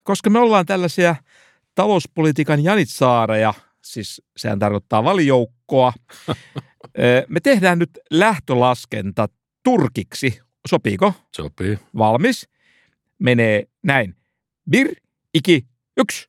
koska me ollaan tällaisia talouspolitiikan janitsaareja, siis sehän tarkoittaa valijoukkoa, me tehdään nyt lähtölaskenta turkiksi. Sopiiko? Sopii. Valmis? Menee näin. Bir, iki, yks.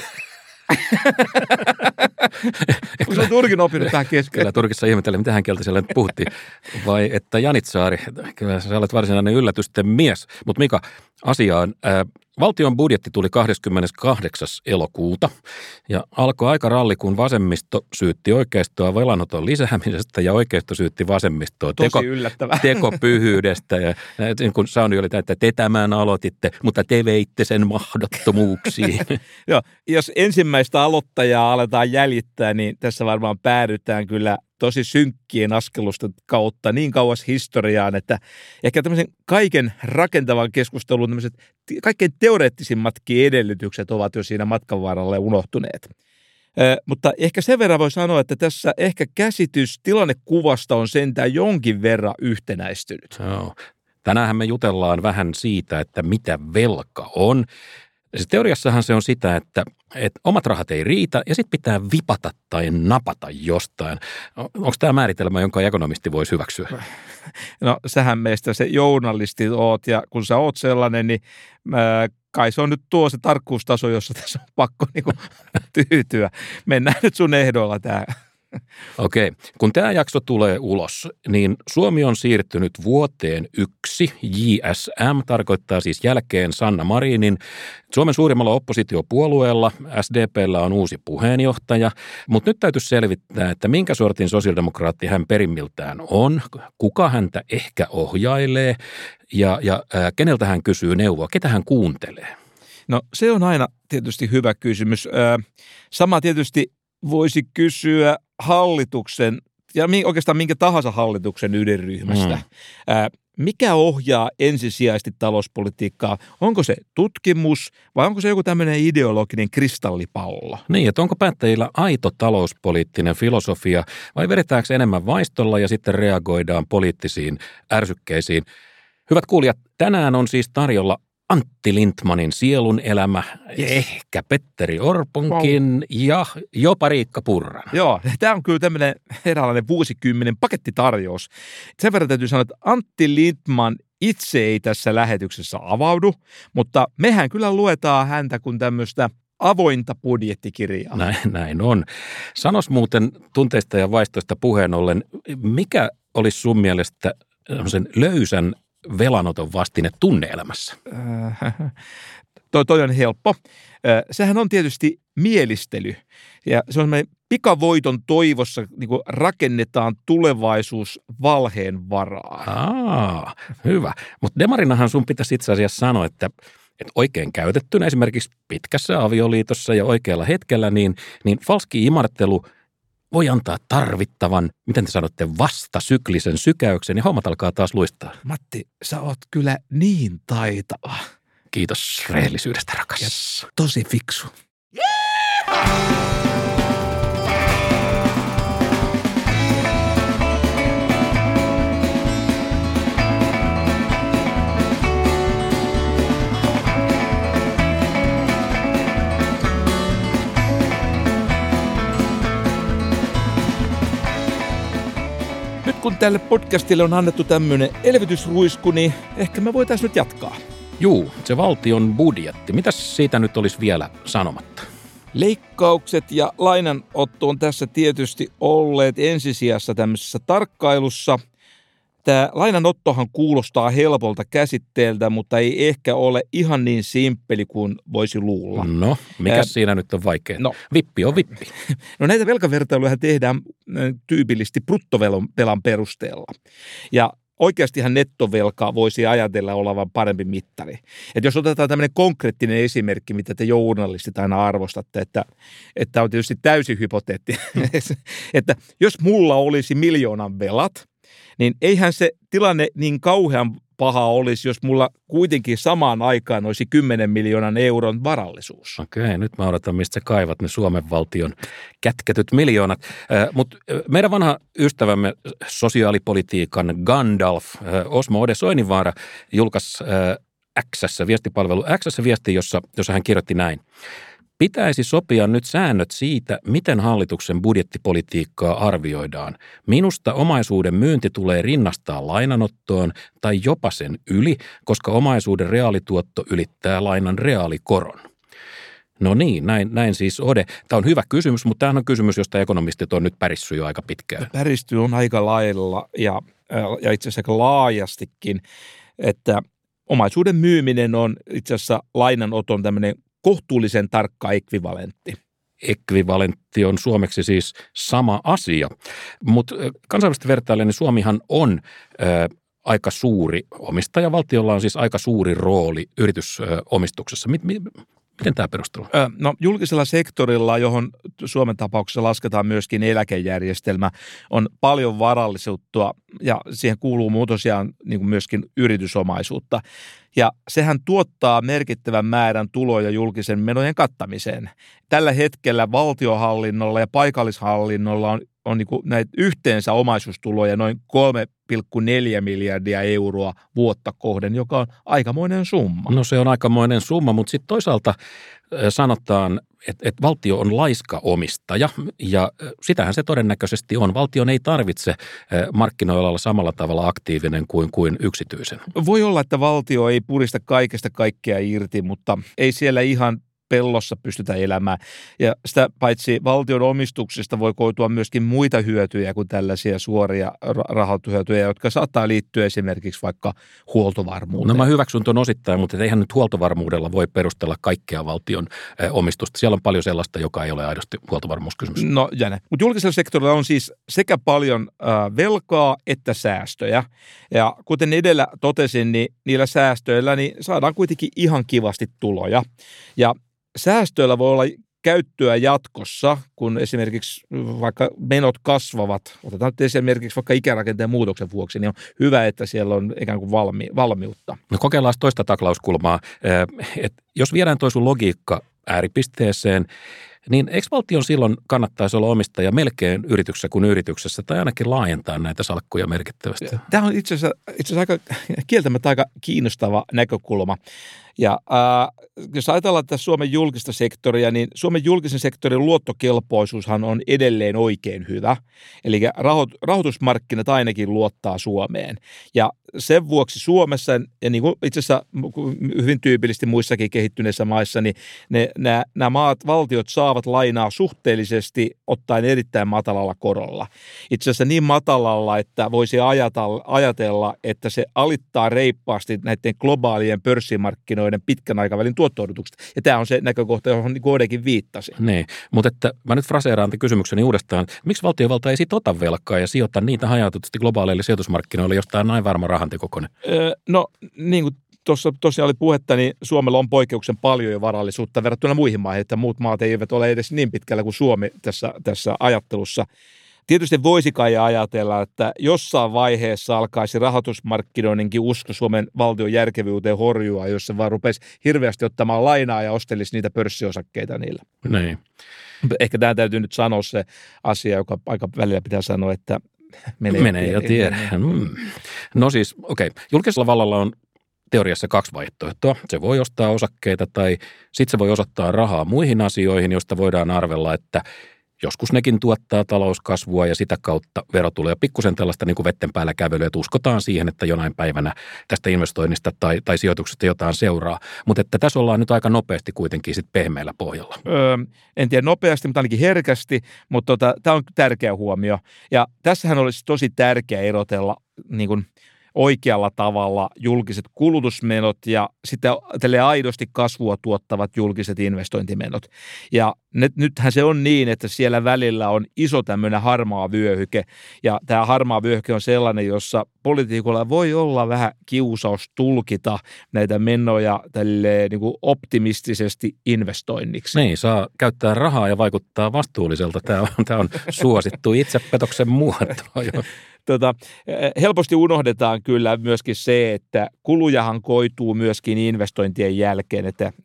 Kun se on Turkin oppinut tähän keskellä. Kyllä Turkissa ihmetellään, mitä hän kieltä siellä nyt puhuttiin. Vai että janitsaari, kyllä sä olet varsinainen yllätysten mies. Mutta Mika, asiaan. Valtion budjetti tuli 28. elokuuta ja alkoi aika ralli, kun vasemmisto syytti oikeistoa velanoton lisäämisestä ja oikeisto syytti vasemmistoa tekopyhyydestä. Ja niin kun Sauni oli että te tämän aloititte, mutta te veitte sen mahdottomuuksiin. Joo, jos ensimmäistä aloittajaa aletaan jäljittää, niin tässä varmaan päädytään kyllä tosi synkkien askelusten kautta niin kauas historiaan, että ehkä tämmöisen kaiken rakentavan keskustelun tämmöiset kaikkein teoreettisimmatkin edellytykset ovat jo siinä matkan varrella unohtuneet. Mutta ehkä sen verran voi sanoa, että tässä ehkä käsitys tilannekuvasta on sentään jonkin verran yhtenäistynyt. Joo. Tänäänhän me jutellaan vähän siitä, että mitä velka on. Siis teoriassahan se on sitä, että omat rahat ei riitä ja sitten pitää vipata tai napata jostain. Onko tämä määritelmä, jonka ekonomisti voisi hyväksyä? No sähän meistä se journalisti oot ja kun sä oot sellainen, niin kai se on nyt tuo se tarkkuustaso, jossa tässä on pakko niinku tyytyä. Mennään nyt sun ehdoilla tää. Okei. Kun tämä jakso tulee ulos, niin Suomi on siirtynyt vuoteen 1. JSM tarkoittaa siis jälkeen Sanna Marinin. Suomen suurimmalla oppositiopuolueella SDP:llä on uusi puheenjohtaja, mutta nyt täytyy selvittää, että minkä sortin sosiaalidemokraatti hän perimmiltään on, kuka häntä ehkä ohjailee ja keneltä hän kysyy neuvoa, ketä hän kuuntelee. No se on aina tietysti hyvä kysymys. Sama tietysti voisi kysyä hallituksen ja oikeastaan minkä tahansa hallituksen ydinryhmästä. Mikä ohjaa ensisijaisesti talouspolitiikkaa? Onko se tutkimus vai onko se joku tämmöinen ideologinen kristallipallo? Niin, että onko päättäjillä aito talouspoliittinen filosofia vai vedetäänkö enemmän vaistolla ja sitten reagoidaan poliittisiin ärsykkeisiin? Hyvät kuulijat, tänään on siis tarjolla Antti Lindtmanin sielun elämä, ehkä Petteri Orponkin ja jopa Riikka Purran. Joo, tämä on kyllä tämmöinen eräänlainen vuosikymmenen pakettitarjous. Sen verran täytyy sanoa, että Antti Lindtman itse ei tässä lähetyksessä avaudu, mutta mehän kyllä luetaan häntä kuin tämmöistä avointa budjettikirjaa. Näin on. Sanos muuten tunteista ja vaistoista puheen ollen, mikä olisi sun mielestä sen löysän velanoton vastine tunne-elämässä? Toi on helppo. Sehän on tietysti mielistely. Ja se on semmoinen pikavoiton toivossa niin kuin rakennetaan tulevaisuus valheen varaan. Hyvä. Mutta demarinahan sun pitäisi itse asiassa sanoa, että oikein käytettynä esimerkiksi pitkässä avioliitossa ja oikealla hetkellä, niin falski imartelu voi antaa tarvittavan, miten te sanotte, vastasyklisen sykäyksen ja hommat alkaa taas luistaa. Matti, sä oot kyllä niin taitava. Kiitos rehellisyydestä, rakas. Ja tosi fiksu. Kun tälle podcastille on annettu tämmöinen elvytysruisku, niin ehkä me voitaisiin nyt jatkaa. Juu, se valtion budjetti. Mitäs siitä nyt olisi vielä sanomatta? Leikkaukset ja lainanotto on tässä tietysti olleet ensisijassa tämmöisessä tarkkailussa. Tämä lainanottohan kuulostaa helpolta käsitteeltä, mutta ei ehkä ole ihan niin simppeli kuin voisi luulla. No, mikä siinä nyt on vaikea? No, vippi on vippi. No näitä velkavertailuja tehdään tyypillisesti bruttovelan perusteella. Ja oikeastihan nettovelkaa voisi ajatella olevan parempi mittari. Että jos otetaan tämmöinen konkreettinen esimerkki, mitä te journalistit aina arvostatte, että on tietysti täysin hypoteettinen, että jos mulla olisi 1 miljoonan velat, niin eihän se tilanne niin kauhean paha olisi, jos mulla kuitenkin samaan aikaan olisi 10 miljoonan euron varallisuus. Okei, nyt mä odotan, mistä sä kaivat ne Suomen valtion kätketyt miljoonat. Mutta meidän vanha ystävämme sosiaalipolitiikan Gandalf, Osmo Ode Soininvaara, julkaisi X:ssä, viestipalvelu X:ssä viesti, jossa hän kirjoitti näin. Pitäisi sopia nyt säännöt siitä, miten hallituksen budjettipolitiikkaa arvioidaan. Minusta omaisuuden myynti tulee rinnastaa lainanottoon tai jopa sen yli, koska omaisuuden reaalituotto ylittää lainan reaalikoron. No niin, näin siis Ode. Tämä on hyvä kysymys, mutta tämä on kysymys, josta ekonomistit on nyt pärissyt jo aika pitkään. Päristy on aika lailla ja itse asiassa aika laajastikin, että omaisuuden myyminen on itse asiassa lainanoton tämmöinen kohtuullisen tarkka ekvivalentti. Ekvivalentti on suomeksi siis sama asia, mutta kansainvälisesti vertaillen niin Suomihan on aika suuri omistaja. Valtiolla on siis aika suuri rooli yritysomistuksessa. Miten tämä perustuu? No, julkisella sektorilla, johon Suomen tapauksessa lasketaan myöskin eläkejärjestelmä, on paljon varallisuutta ja siihen kuuluu tosiaan niin kuin myöskin yritysomaisuutta. Ja sehän tuottaa merkittävän määrän tuloja julkisen menojen kattamiseen. Tällä hetkellä valtiohallinnolla ja paikallishallinnolla on niin kuin näitä yhteensä omaisuustuloja noin 3,4 miljardia euroa vuotta kohden, joka on aikamoinen summa. No se on aikamoinen summa, mutta sitten toisaalta sanotaan, että valtio on laiska omistaja ja sitähän se todennäköisesti on. Valtion ei tarvitse markkinoilla olla samalla tavalla aktiivinen kuin yksityisen. Voi olla, että valtio ei purista kaikesta kaikkea irti, mutta ei siellä ihan pellossa pystytä elämään. Ja sitä paitsi valtion omistuksista voi koitua myöskin muita hyötyjä kuin tällaisia suoria rahoitushyötyjä, jotka saattaa liittyä esimerkiksi vaikka huoltovarmuuteen. No mä hyväksyn tuon osittain, mutta eihän nyt huoltovarmuudella voi perustella kaikkea valtion omistusta. Siellä on paljon sellaista, joka ei ole aidosti huoltovarmuuskysymys. No jäne. Mutta julkisella sektorilla on siis sekä paljon velkaa että säästöjä. Ja kuten edellä totesin, niin niillä säästöillä niin saadaan kuitenkin ihan kivasti tuloja. Ja säästöillä voi olla käyttöä jatkossa, kun esimerkiksi vaikka menot kasvavat, otetaan nyt esimerkiksi vaikka ikärakenteen muutoksen vuoksi, niin on hyvä, että siellä on ikään kuin valmiutta. No kokeillaan toista taklauskulmaa. Jos viedään toi sun logiikka ääripisteeseen, niin eikö valtion silloin kannattaisi olla omistaja melkein yrityksessä kuin yrityksessä tai ainakin laajentaa näitä salkkuja merkittävästi? Tämä on itse asiassa aika kieltämättä aika kiinnostava näkökulma. Ja jos ajatellaan tätä Suomen julkista sektoria, niin Suomen julkisen sektorin luottokelpoisuushan on edelleen oikein hyvä. Eli rahoitusmarkkinat ainakin luottaa Suomeen. Ja sen vuoksi Suomessa, ja niin kuin itse asiassa hyvin tyypillisesti muissakin kehittyneissä maissa, niin nämä valtiot saavat lainaa suhteellisesti ottaen erittäin matalalla korolla. Itse asiassa niin matalalla, että voisi ajatella, että se alittaa reippaasti näiden globaalien pörssimarkkinoiden pitkän aikavälin tuotto-odotukset. Ja tämä on se näkökohta, johon Odekin viittasi. Niin, mutta että mä nyt fraseeraan kysymykseni uudestaan. Miksi valtiovalta ei sit ota velkaa ja sijoita niitä hajautetusti globaaleille sijoitusmarkkinoille, jos tämä on näin varma rahantekokoinen? No niin kuin tuossa tosiaan oli puhetta, niin Suomella on poikkeuksen paljon jo varallisuutta verrattuna muihin maihin, että muut maat eivät ole edes niin pitkällä kuin Suomi tässä ajattelussa. Tietysti voisi kai ajatella, että jossain vaiheessa alkaisi rahoitusmarkkinoidenkin usko Suomen valtion järkevyyteen horjua, jos se vaan rupesi hirveästi ottamaan lainaa ja ostelisi niitä pörssiosakkeita niillä. Niin. Ehkä tämä täytyy nyt sanoa se asia, joka aika välillä pitää sanoa, että menee ja tiedä. No siis, okei. Julkisella vallalla on teoriassa kaksi vaihtoehtoa. Se voi ostaa osakkeita tai sitten se voi osoittaa rahaa muihin asioihin, joista voidaan arvella, että joskus nekin tuottaa talouskasvua ja sitä kautta verotuloja. Pikkusen tällaista niin kuin vetten päällä kävelyä, että uskotaan siihen, että jonain päivänä tästä investoinnista tai sijoituksesta jotain seuraa. Mutta että tässä ollaan nyt aika nopeasti kuitenkin sit pehmeällä pohjalla. En tiedä nopeasti, mutta ainakin herkästi, mutta tämä on tärkeä huomio. Ja tässähän olisi tosi tärkeää erotella niin kuin oikealla tavalla julkiset kulutusmenot ja sitten aidosti kasvua tuottavat julkiset investointimenot. Ja nythän se on niin, että siellä välillä on iso tämmöinen harmaa vyöhyke, ja tämä harmaa vyöhyke on sellainen, jossa poliitikolla voi olla vähän kiusaus tulkita näitä menoja tälleen niin kuin optimistisesti investoinniksi. Niin, saa käyttää rahaa ja vaikuttaa vastuulliselta. Tämä on suosittu itsepetoksen muoto. Helposti unohdetaan kyllä myöskin se, että kulujahan koituu myöskin investointien jälkeen, että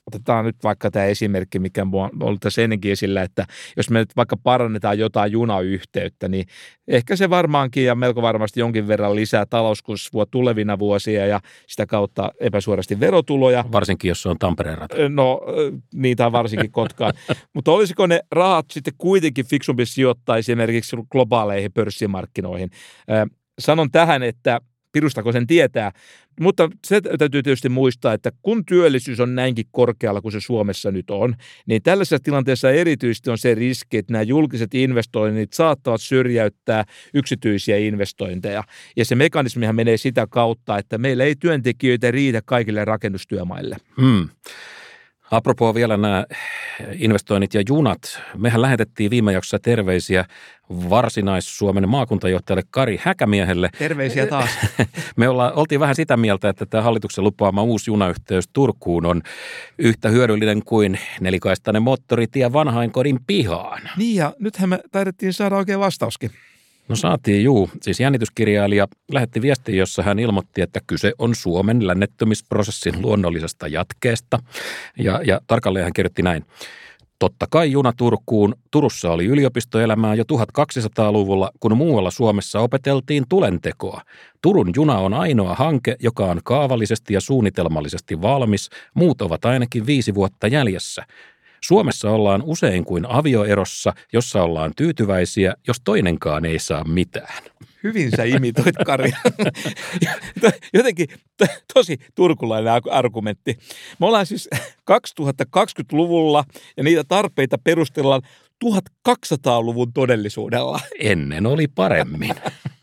otetaan nyt vaikka tämä esimerkki, mikä on ollut tässä ennenkin esillä, että jos me nyt vaikka parannetaan jotain junayhteyttä, niin ehkä se varmaankin ja melko varmasti jonkin verran lisää talouskasvua tulevina vuosia ja sitä kautta epäsuorasti verotuloja. Varsinkin, jos se on Tampereen rata. No, niitä varsinkin Kotkaan. Mutta olisiko ne rahat sitten kuitenkin fiksumpi sijoittaa esimerkiksi globaaleihin pörssimarkkinoihin? Sanon tähän, että pirustako sen tietää, mutta se täytyy tietysti muistaa, että kun työllisyys on näinkin korkealla kuin se Suomessa nyt on, niin tällaisessa tilanteessa erityisesti on se riski, että nämä julkiset investoinnit saattavat syrjäyttää yksityisiä investointeja. Ja se mekanismihan menee sitä kautta, että meillä ei työntekijöitä riitä kaikille rakennustyömaille. Apropos vielä nämä investoinnit ja junat. Mehän lähetettiin viime jaksossa terveisiä Varsinais-Suomen maakuntajohtajalle Kari Häkämiehelle. Terveisiä taas. Me oltiin vähän sitä mieltä, että tämä hallituksen lupaama uusi junayhteys Turkuun on yhtä hyödyllinen kuin nelikaistainen moottoritie vanhainkodin pihaan. Niin ja nythän me taidettiin saada oikein vastauskin. No saatiin, Siis jännityskirjailija lähetti viestin, jossa hän ilmoitti, että kyse on Suomen lännettymisprosessin luonnollisesta jatkeesta. Ja tarkalleen hän kirjoitti näin. Totta kai juna Turkuun. Turussa oli yliopistoelämää jo 1200-luvulla, kun muualla Suomessa opeteltiin tulentekoa. Turun juna on ainoa hanke, joka on kaavallisesti ja suunnitelmallisesti valmis. Muut ovat ainakin 5 vuotta jäljessä. Suomessa ollaan usein kuin avioerossa, jossa ollaan tyytyväisiä, jos toinenkaan ei saa mitään. Hyvin sä imitoit, Kari. Jotenkin tosi turkulainen argumentti. Me ollaan siis 2020-luvulla ja niitä tarpeita perustellaan 1200-luvun todellisuudella. Ennen oli paremmin.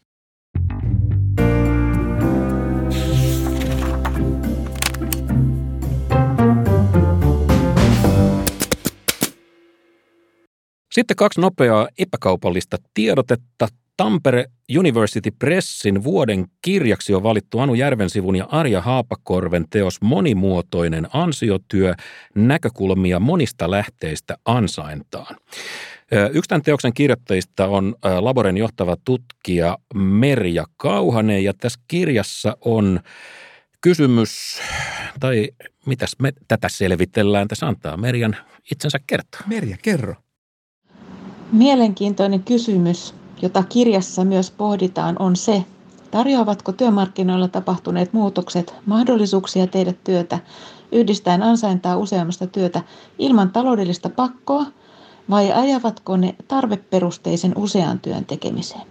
Sitten 2 nopeaa epäkaupallista tiedotetta. Tampere University Pressin vuoden kirjaksi on valittu Anu Järvensivun ja Arja Haapakorven teos Monimuotoinen ansiotyö, näkökulmia monista lähteistä ansaintaan. Yksi tämän teoksen kirjoittajista on Laboren johtava tutkija Merja Kauhanen ja tässä kirjassa on kysymys, tai mitäs me tätä selvitellään, tässä antaa Merjan itsensä kertoa. Merja, kerro. Mielenkiintoinen kysymys, jota kirjassa myös pohditaan, on se, tarjoavatko työmarkkinoilla tapahtuneet muutokset mahdollisuuksia tehdä työtä yhdistäen ansaintaa useammasta työtä ilman taloudellista pakkoa vai ajavatko ne tarveperusteisen usean työn tekemiseen?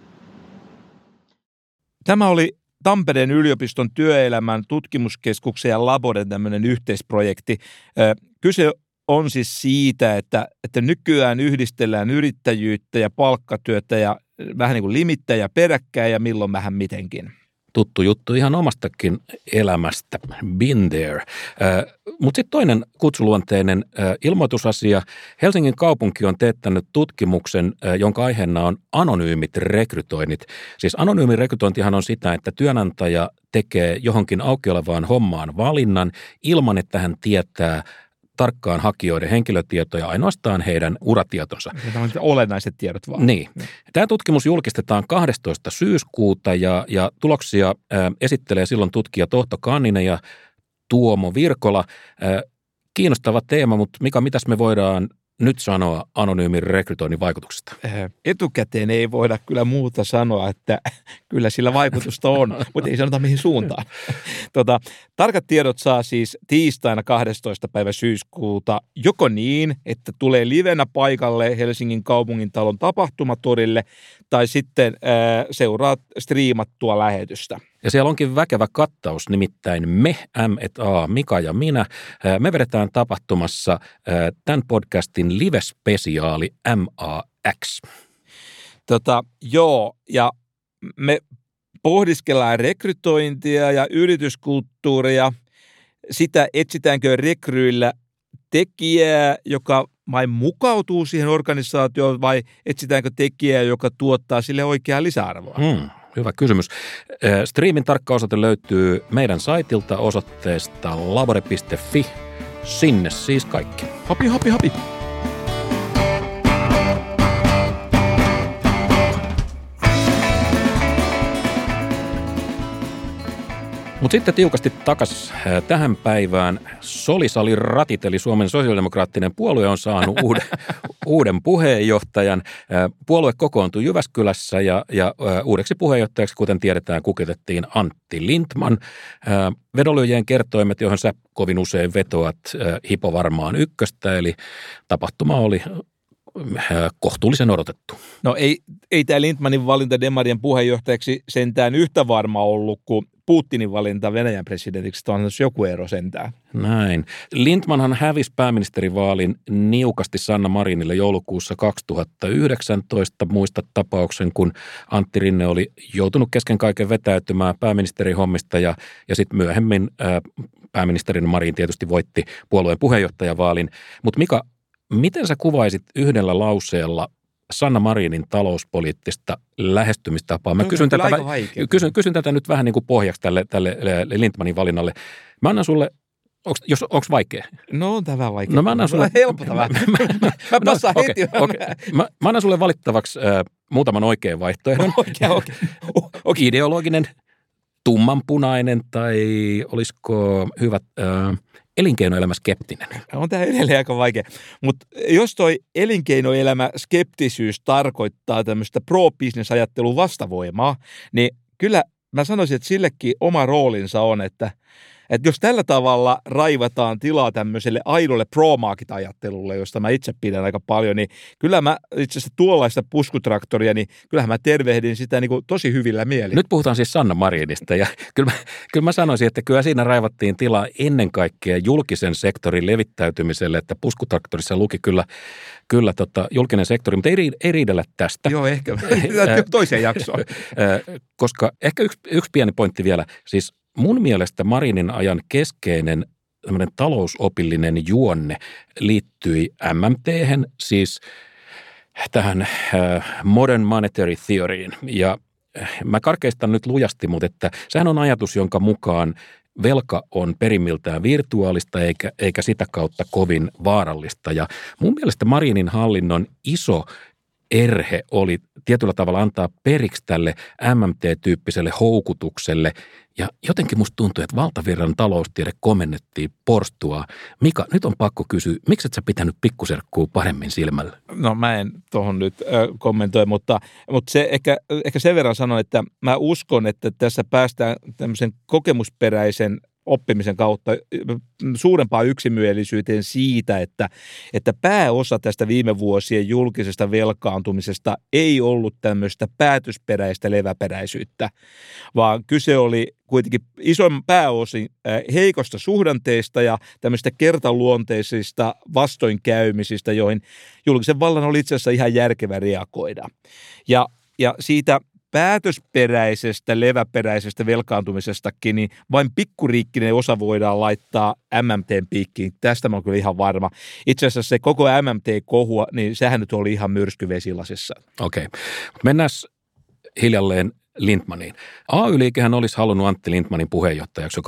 Tämä oli Tampereen yliopiston työelämän tutkimuskeskuksen ja Laboren tämmöinen yhteisprojekti. Kyse on siis siitä, että nykyään yhdistellään yrittäjyyttä ja palkkatyötä ja vähän niin kuin limittäjä peräkkäin ja milloin vähän mitenkin. Tuttu juttu ihan omastakin elämästä, been there. Mutta sitten toinen kutsuluonteinen ilmoitusasia. Helsingin kaupunki on teettänyt tutkimuksen, jonka aiheena on anonyymit rekrytoinnit. Siis anonyymi rekrytointihan on sitä, että työnantaja tekee johonkin auki olevaan hommaan valinnan ilman, että hän tietää tarkkaan hakijoiden henkilötietoja, ainoastaan heidän uratietonsa. Tämä on olennaiset tiedot vaan. Niin. Tämä tutkimus julkistetaan 12. syyskuuta ja tuloksia esittelee silloin tutkija Tohto Kanninen ja Tuomo Virkola. Kiinnostava teema, mutta Mika, mitäs me voidaan nyt sanoa anonyymin rekrytoinnin vaikutuksesta? Etukäteen ei voida kyllä muuta sanoa, että kyllä sillä vaikutusta on, mutta ei sanota mihin suuntaan. Tarkat tiedot saa siis tiistaina 12. päivä syyskuuta joko niin, että tulee livenä paikalle Helsingin kaupungintalon tapahtumatorille tai sitten seuraa striimattua lähetystä. Ja siellä onkin väkevä kattaus, nimittäin me, M&A, Mika ja minä. Me vedetään tapahtumassa tämän podcastin live-spesiaali MAX. Joo, ja me pohdiskellaan rekrytointia ja yrityskulttuuria. Sitä etsitäänkö rekryillä tekijää, joka vain mukautuu siihen organisaatioon vai etsitäänkö tekijää, joka tuottaa sille oikeaa lisäarvoa? Hyvä kysymys. Striimin tarkka osoite löytyy meidän saitilta osoitteesta labore.fi. Sinne siis kaikki. Hapi. Mutta sitten tiukasti takas tähän päivään. Solisalin ratit, eli Suomen sosiaalidemokraattinen puolue on saanut uuden puheenjohtajan. Puolue kokoontui Jyväskylässä ja uudeksi puheenjohtajaksi, kuten tiedetään, kukitettiin Antti Lindtman. Vedonlyöjien kertoimet, johon sä kovin usein vetoat, hipo varmaan ykköstä, eli tapahtuma oli kohtuullisen odotettu. No ei tämä Lindtmanin valinta Demarien puheenjohtajaksi sentään yhtä varma ollut kuin Putinin valinta Venäjän presidentiksi, on joku ero sentään. Näin. Lindtmanhan hävisi pääministerivaalin niukasti Sanna Marinille joulukuussa 2019. Muistat tapauksen, kun Antti Rinne oli joutunut kesken kaiken vetäytymään pääministerihommista ja sitten myöhemmin pääministerin Marin tietysti voitti puolueen puheenjohtajavaalin. Mutta Mika, miten sä kuvaisit yhdellä lauseella Sanna Marinin talouspoliittista lähestymistapaa? Mä kysyn tätä nyt vähän niin kuin pohjaksi tälle Lindtmanin valinnalle. Mä annan sulle, onko vaikea? No on tämä vaikea. No mä annan sulle helpottavaa. Mä passaan heti. Mä annan sulle valittavaksi muutaman oikean vaihtoehdon. Okay. Ideologinen, tummanpunainen tai olisiko hyvä elinkeinoelämä skeptinen? On tämä edelleen aika vaikea. Mutta jos toi elinkeinoelämä skeptisyys tarkoittaa tämmöistä pro-business-ajattelun vastavoimaa, niin kyllä mä sanoisin, että sillekin oma roolinsa on, että jos tällä tavalla raivataan tilaa tämmöiselle aidolle pro-market-ajattelulle, josta mä itse pidän aika paljon, niin kyllä mä itse asiassa tuollaista puskutraktoria, niin kyllähän mä tervehdin sitä niin kuin tosi hyvillä mielin. Nyt puhutaan siis Sanna Marinista ja kyllä mä sanoisin, että kyllä siinä raivattiin tilaa ennen kaikkea julkisen sektorin levittäytymiselle, että puskutraktorissa luki kyllä julkinen sektori, mutta ei riidellä tästä. Joo, ehkä toiseen jaksoon. Koska ehkä yksi pieni pointti vielä, siis mun mielestä Marinin ajan keskeinen talousopillinen juonne liittyi MMT:hen, siis tähän Modern Monetary Theoryin. Ja mä karkeistan nyt lujasti, mutta että sehän on ajatus, jonka mukaan velka on perimmiltään virtuaalista eikä sitä kautta kovin vaarallista. Ja mun mielestä Marinin hallinnon iso erhe oli tietyllä tavalla antaa periksi tälle MMT-tyyppiselle houkutukselle. Ja jotenkin musta tuntuu, että valtavirran taloustiede komennettiin porstua. Mika, nyt on pakko kysyä, miksi et sä pitänyt pikkuserkkua paremmin silmällä? No mä en tuohon nyt kommentoi, mutta se ehkä sen verran sanon, että mä uskon, että tässä päästään tämmöisen kokemusperäisen oppimisen kautta suurempaan yksimielisyyteen siitä, että pääosa tästä viime vuosien julkisesta velkaantumisesta ei ollut tämmöistä päätösperäistä leväperäisyyttä, vaan kyse oli kuitenkin ison pääosin heikosta suhdanteista ja tämmöistä kertaluonteisista vastoinkäymisistä, joihin julkisen vallan oli itse asiassa ihan järkevä reagoida. Ja siitä päätösperäisestä, leväperäisestä velkaantumisestakin, niin vain pikkuriikkinen osa voidaan laittaa MMT:n piikkiin. Tästä mä oon kyllä ihan varma. Itse asiassa se koko MMT-kohua, niin sehän nyt oli ihan myrsky vesilasissa. Okei. Mennään hiljalleen Lindtmaniin. AY-liikehän olisi halunnut Antti Lindtmanin puheenjohtajaksi jo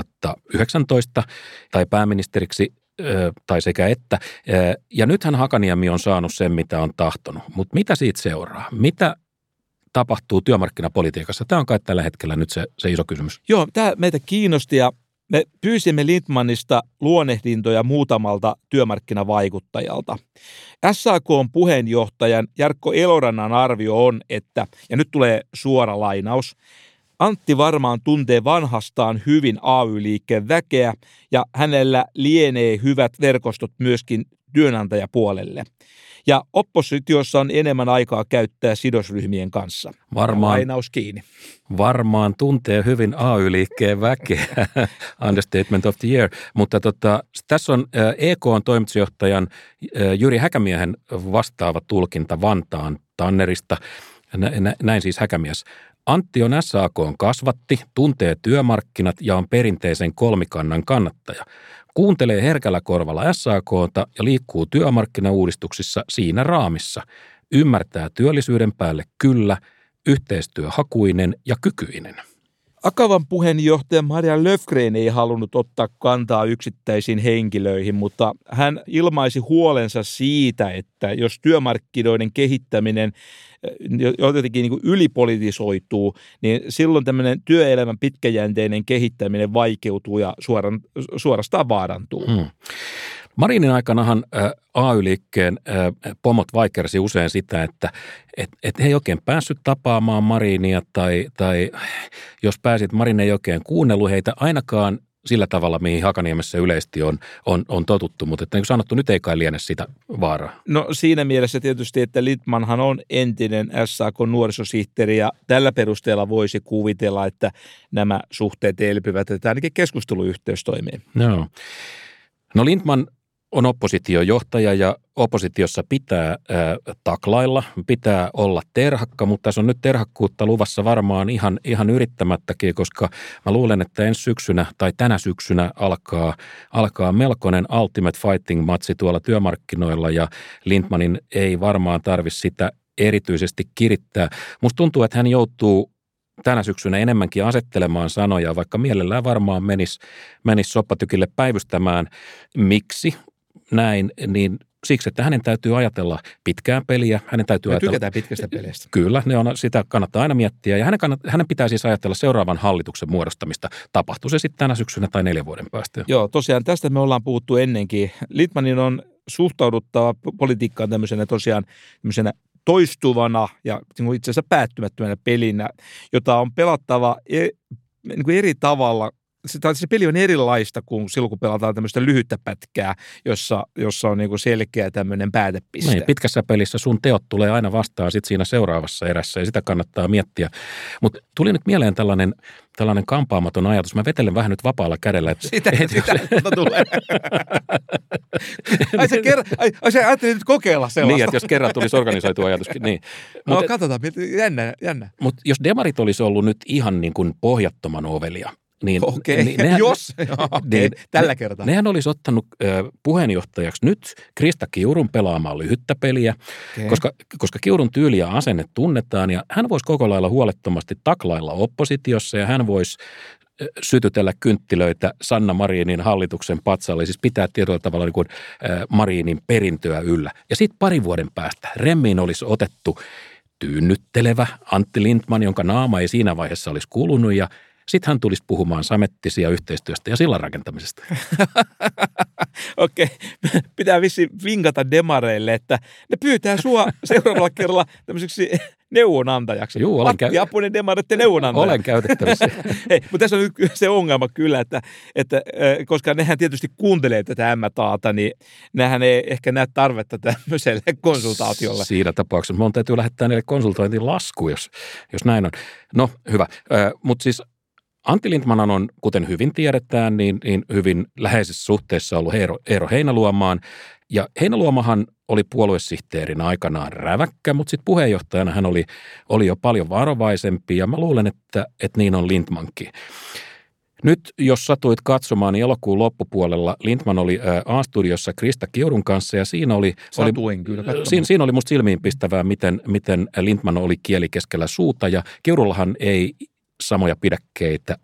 2019 tai pääministeriksi tai sekä että. Ja nythän Hakaniemi on saanut sen, mitä on tahtonut. Mutta mitä siitä seuraa? Mitä tapahtuu työmarkkinapolitiikassa? Tämä on kai tällä hetkellä nyt se iso kysymys. Joo, tämä meitä kiinnosti ja me pyysimme Lindtmanista luonnehdintoja muutamalta työmarkkinavaikuttajalta. SAK:n puheenjohtajan Jarkko Elorannan arvio on, että, ja nyt tulee suora lainaus, Antti varmaan tuntee vanhastaan hyvin AY-liikkeen väkeä ja hänellä lienee hyvät verkostot myöskin työnantajapuolelle. Ja oppositiossa on enemmän aikaa käyttää sidosryhmien kanssa. Lainaus kiinni. Varmaan tuntee hyvin AY-liikkeen väkeä. Understatement of the year. Mutta tässä on EK:n toimitusjohtajan Jyri Häkämiehen vastaava tulkinta Vantaan Tannerista. Näin siis Häkämies. Antti on SAK:n kasvatti, tuntee työmarkkinat ja on perinteisen kolmikannan kannattaja. Kuuntelee herkällä korvalla SAK:ta ja liikkuu työmarkkinauudistuksissa siinä raamissa. Ymmärtää työllisyyden päälle kyllä, yhteistyöhakuinen ja kykyinen. Akavan puheenjohtaja Maria Löfgren ei halunnut ottaa kantaa yksittäisiin henkilöihin, mutta hän ilmaisi huolensa siitä, että jos työmarkkinoiden kehittäminen jotenkin niin kuin ylipolitisoituu, niin silloin tämmöinen työelämän pitkäjänteinen kehittäminen vaikeutuu ja suorastaan vaarantuu. Marinin aikanahan AY-liikkeen pomot vaikersi usein sitä, että he ei oikein päässyt tapaamaan Marinia tai jos pääsit, Marin ei oikein kuunnellut heitä ainakaan sillä tavalla, mihin Hakaniemessä yleisesti on totuttu, mutta että niin kuin sanottu, nyt ei kai liene sitä vaaraa. No siinä mielessä tietysti, että Lindtmanhan on entinen SAK-nuorisosihteeri ja tällä perusteella voisi kuvitella, että nämä suhteet elpyvät, että ainakin keskusteluyhteys toimii. No Lindtman on oppositiojohtaja ja oppositiossa pitää taklailla, pitää olla terhakka, mutta tässä on nyt terhakkuutta luvassa varmaan ihan yrittämättäkin, koska mä luulen, että ensi syksynä tai tänä syksynä alkaa melkoinen Ultimate Fighting-matsi tuolla työmarkkinoilla ja Lindtmanin ei varmaan tarvitse sitä erityisesti kirittää. Musta tuntuu, että hän joutuu tänä syksynä enemmänkin asettelemaan sanoja, vaikka mielellään varmaan menisi soppatykille päivystämään. Miksi näin? Niin siksi, että hänen täytyy ajatella pitkää peliä. Hänen täytyy Me tykätään pitkästä peleistä. Kyllä, sitä kannattaa aina miettiä. Ja hänen pitää siis ajatella seuraavan hallituksen muodostamista. Tapahtuu se sitten tänä syksynä tai 4 vuoden päästä. Joo, tosiaan tästä me ollaan puhuttu ennenkin. Lindtmanin on suhtauduttava politiikkaan tämmöisenä toistuvana ja itse asiassa päättymättömänä pelinä, jota on pelattava eri tavalla. Se peli on erilaista kuin silloin, kun pelataan tämmöistä lyhyttä pätkää, jossa on niin selkeä tämmöinen päätepiste. Niin, pitkässä pelissä sun teot tulee aina vastaan sit siinä seuraavassa erässä ja sitä kannattaa miettiä. Mutta tuli nyt mieleen tällainen kampaamaton ajatus. Mä vetelen vähän nyt vapaalla kädellä. Sitä tulee. Sä ajattelit nyt kokeilla sellaista. Niin, että jos kerran tulisi organisoitu ajatuskin. Niin. No katsotaan, jännä. Mutta jos demarit olisi ollut nyt ihan niin kuin pohjattoman ovelia, niin, tällä kertaa. Nehän olisi ottanut puheenjohtajaksi nyt Krista Kiurun pelaamaan lyhyttä peliä, koska Kiurun tyyli ja asenne tunnetaan ja hän voisi koko lailla huolettomasti taklailla oppositiossa ja hän voisi sytytellä kynttilöitä Sanna Marinin hallituksen patsalle, siis pitää tietyllä tavalla niin kuin Marinin perintöä yllä. Ja sitten 2 vuoden päästä remmiin olisi otettu tyynnyttelevä Antti Lindtman, jonka naama ei siinä vaiheessa olisi kulunut ja sitten hän tulisi puhumaan samettisia yhteistyöstä ja sillan rakentamisesta. Okei, pitää vissiin vinkata demareille, että ne pyytää sua seuraavalla kerralla tämmöiseksi neuvonantajaksi. Juu, Appunen demareiden neuvonantaja. Olen käytettävissä. Hei, mutta tässä on nyt se ongelma kyllä, että koska nehän tietysti kuuntelee tätä MTAta, niin nehän ei ehkä näe tarvetta tämmöiselle konsultaatiolle. Siinä tapauksessa minun täytyy lähettää niille konsultointiin lasku, jos näin on. No, hyvä. Mutta siis Antti Lindtman on, kuten hyvin tiedetään, niin hyvin läheisessä suhteessa ollut Eero Heinäluomaan. Ja Heinäluomahan oli puoluesihteerinä aikanaan räväkkä, mutta sitten puheenjohtajana hän oli jo paljon varovaisempi ja mä luulen, että niin on Lindtmankin. Nyt jos satuit katsomaan, niin elokuun loppupuolella Lindtman oli A-studiossa Krista Kiurun kanssa ja siinä oli musta silmiinpistävää, miten Lindtman oli kieli keskellä suuta ja Kiurullahan ei samoja pidäkkeitä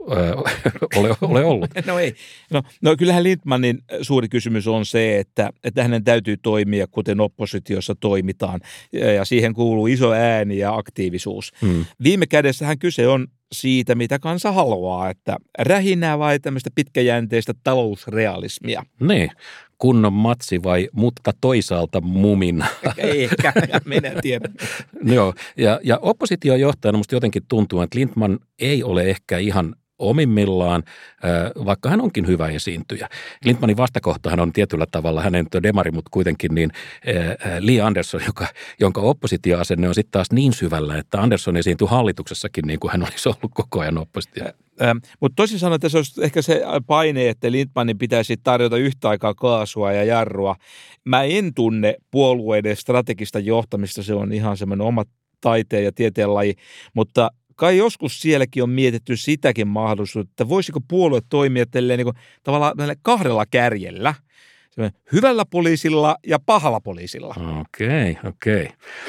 ole ollut. No ei. No kyllähän Lindtmanin suuri kysymys on se, että hänen täytyy toimia, kuten oppositiossa toimitaan, ja siihen kuuluu iso ääni ja aktiivisuus. Viime kädessähän kyse on siitä, mitä kansa haluaa, että rähinää vai tämmöistä pitkäjänteistä talousrealismia. Niin, kunnon matsi vai mutta toisaalta mumina. Ehkä, minä tiedän. Joo, ja oppositiojohtajana musta jotenkin tuntuu, että Lindtman ei ole ehkä ihan omimmillaan, vaikka hän onkin hyvä esiintyjä. Lindtmanin vastakohtahan on tietyllä tavalla, hänen demari, mutta kuitenkin niin Li Andersson, jonka oppositioasenne on sitten taas niin syvällä, että Andersson esiintyi hallituksessakin niin kuin hän olisi ollut koko ajan oppositio. Mutta toisin sanoen tässä olisi ehkä se paine, että Lindtmanin pitäisi tarjota yhtä aikaa kaasua ja jarrua. Mä en tunne puolueiden strategista johtamista, se on ihan semmoinen oma taiteen ja tieteenlaji, mutta kai joskus sielläkin on mietitty sitäkin mahdollisuutta, että voisiko puolue toimia niin kuin tavallaan 2 kärjellä, hyvällä poliisilla ja pahalla poliisilla. Okei.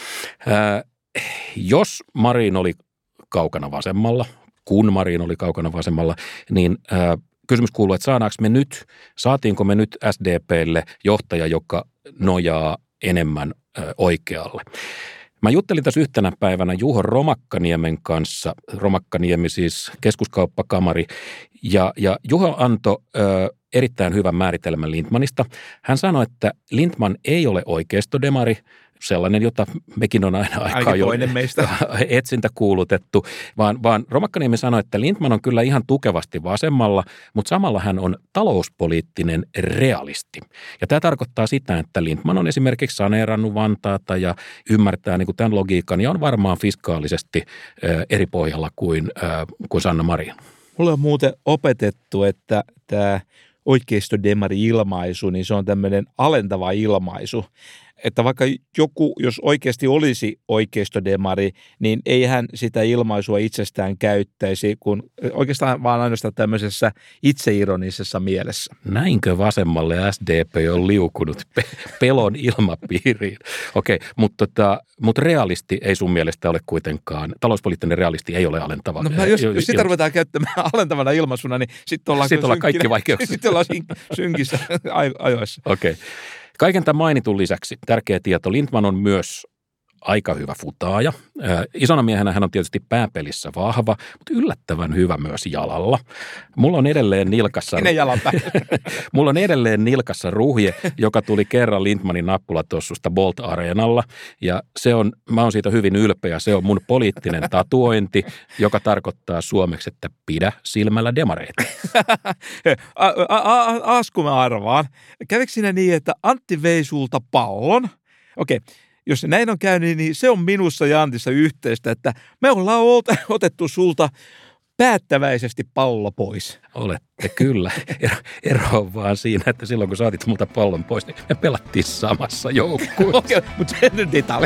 Jos Marin oli kaukana vasemmalla, kun Marin oli kaukana vasemmalla, niin kysymys kuuluu, että saatiinko me nyt SDP:lle johtaja, joka nojaa enemmän oikealle. Mä juttelin tässä yhtenä päivänä Juho Romakkaniemen kanssa, Romakkaniemi siis keskuskauppakamari, ja Juho antoi erittäin hyvän määritelmän Lindtmanista. Hän sanoi, että Lindtman ei ole oikeistodemari, sellainen, jota mekin on aina aikaa jo etsintä kuulutettu, vaan Romakkaniemi sanoi, että Lindtman on kyllä ihan tukevasti vasemmalla, mutta samalla hän on talouspoliittinen realisti. Ja tämä tarkoittaa sitä, että Lindtman on esimerkiksi saneerannut Vantaata ja ymmärtää niin kuin tämän logiikan ja on varmaan fiskaalisesti eri pohjalla kuin Sanna Marin. Mulle on muuten opetettu, että tämä oikeistodemari-ilmaisu, niin se on tämmöinen alentava ilmaisu. Että vaikka joku, jos oikeasti olisi oikeistodemari, niin ei hän sitä ilmaisua itsestään käyttäisi, kun oikeastaan vaan ainoastaan tämmöisessä itseironisessa mielessä. Näinkö vasemmalle SDP on liukunut pelon ilmapiiriin? Okei, mutta realisti ei sun mielestä ole kuitenkaan, talouspoliittinen realisti ei ole alentava. No jos sitä ruvetaan käyttämään alentavana ilmaisuna, niin sitten ollaan kaikki vaikeuksia. Sitten ollaan synkissä ajoissa. Okei. Kaiken tämän mainitun lisäksi tärkeä tieto, Lindtman on myös aika hyvä futaaja. Isona miehenä hän on tietysti pääpelissä vahva, mutta yllättävän hyvä myös jalalla. Mulla on edelleen nilkassa... Kenen jalan Mulla on edelleen nilkassa ruhje, joka tuli kerran Lindtmanin nappulatossusta Bolt Areenalla. Ja mä oon siitä hyvin ylpeä. Se on mun poliittinen tatuointi, joka tarkoittaa suomeksi, että pidä silmällä demareita. Asku mä arvaan. Kävikö siinä niin, että Antti vei sulta pallon? Okei. Jos näin on käynyt, niin se on minussa ja Antissa yhteistä, että me ollaan otettu sulta päättäväisesti pallo pois. Olette kyllä. Ero on vaan siinä, että silloin kun saatit multa pallon pois, niin me pelattiin samassa joukkueessa. Okei, mutta se nyt detalji.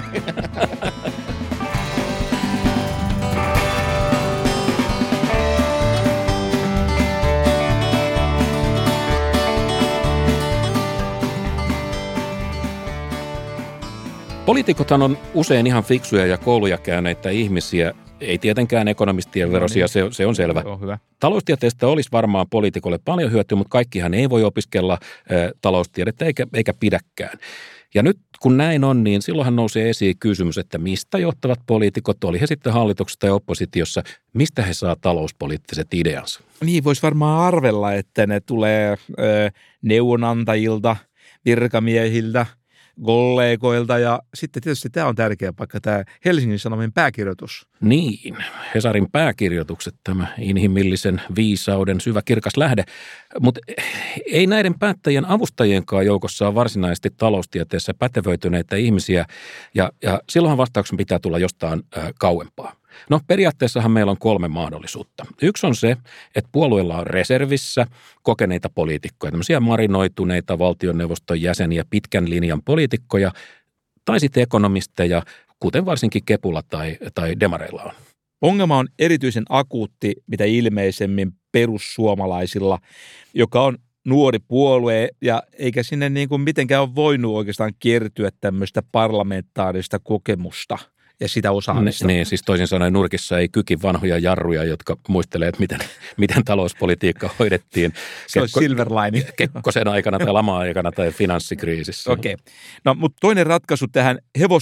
Poliitikothan on usein ihan fiksuja ja kouluja käyneitä ihmisiä, ei tietenkään ekonomistien verosia, se on selvä. On hyvä. Taloustieteestä olisi varmaan poliitikolle paljon hyötyä, mutta kaikkihan ei voi opiskella taloustiedettä eikä pidäkään. Ja nyt kun näin on, niin silloinhan nousee esiin kysymys, että mistä johtavat poliitikot, oli he sitten hallituksessa tai oppositiossa, mistä he saa talouspoliittiset ideansa? Niin, voisi varmaan arvella, että ne tulee neuvonantajilta, virkamiehiltä, kollegoilta ja sitten tietysti tämä on tärkeä paikka, tämä Helsingin Sanomien pääkirjoitus. Niin, Hesarin pääkirjoitukset, tämä inhimillisen viisauden syvä kirkas lähde, mutta ei näiden päättäjien avustajienkaan joukossa ole varsinaisesti taloustieteessä pätevöityneitä ihmisiä ja silloinhan vastauksen pitää tulla jostain kauempaa. No periaatteessahan meillä on 3 mahdollisuutta. Yksi on se, että puolueella on reservissä kokeneita poliitikkoja, tämmöisiä marinoituneita valtioneuvoston jäseniä, pitkän linjan poliitikkoja, tai sitten ekonomisteja, kuten varsinkin Kepulla tai demareilla on. Ongelma on erityisen akuutti, mitä ilmeisemmin perussuomalaisilla, joka on nuori puolue ja eikä sinne niin kuin mitenkään ole voinut oikeastaan kertyä tämmöistä parlamentaarista kokemusta ja sitä osaamista. Niin, siis toisin sanoen nurkissa ei kyki vanhoja jarruja, jotka muistelee, että miten talouspolitiikka hoidettiin. Se on silver lining. Kekkosen aikana tai lama-aikana tai finanssikriisissä. Okei. No, mutta toinen ratkaisu tähän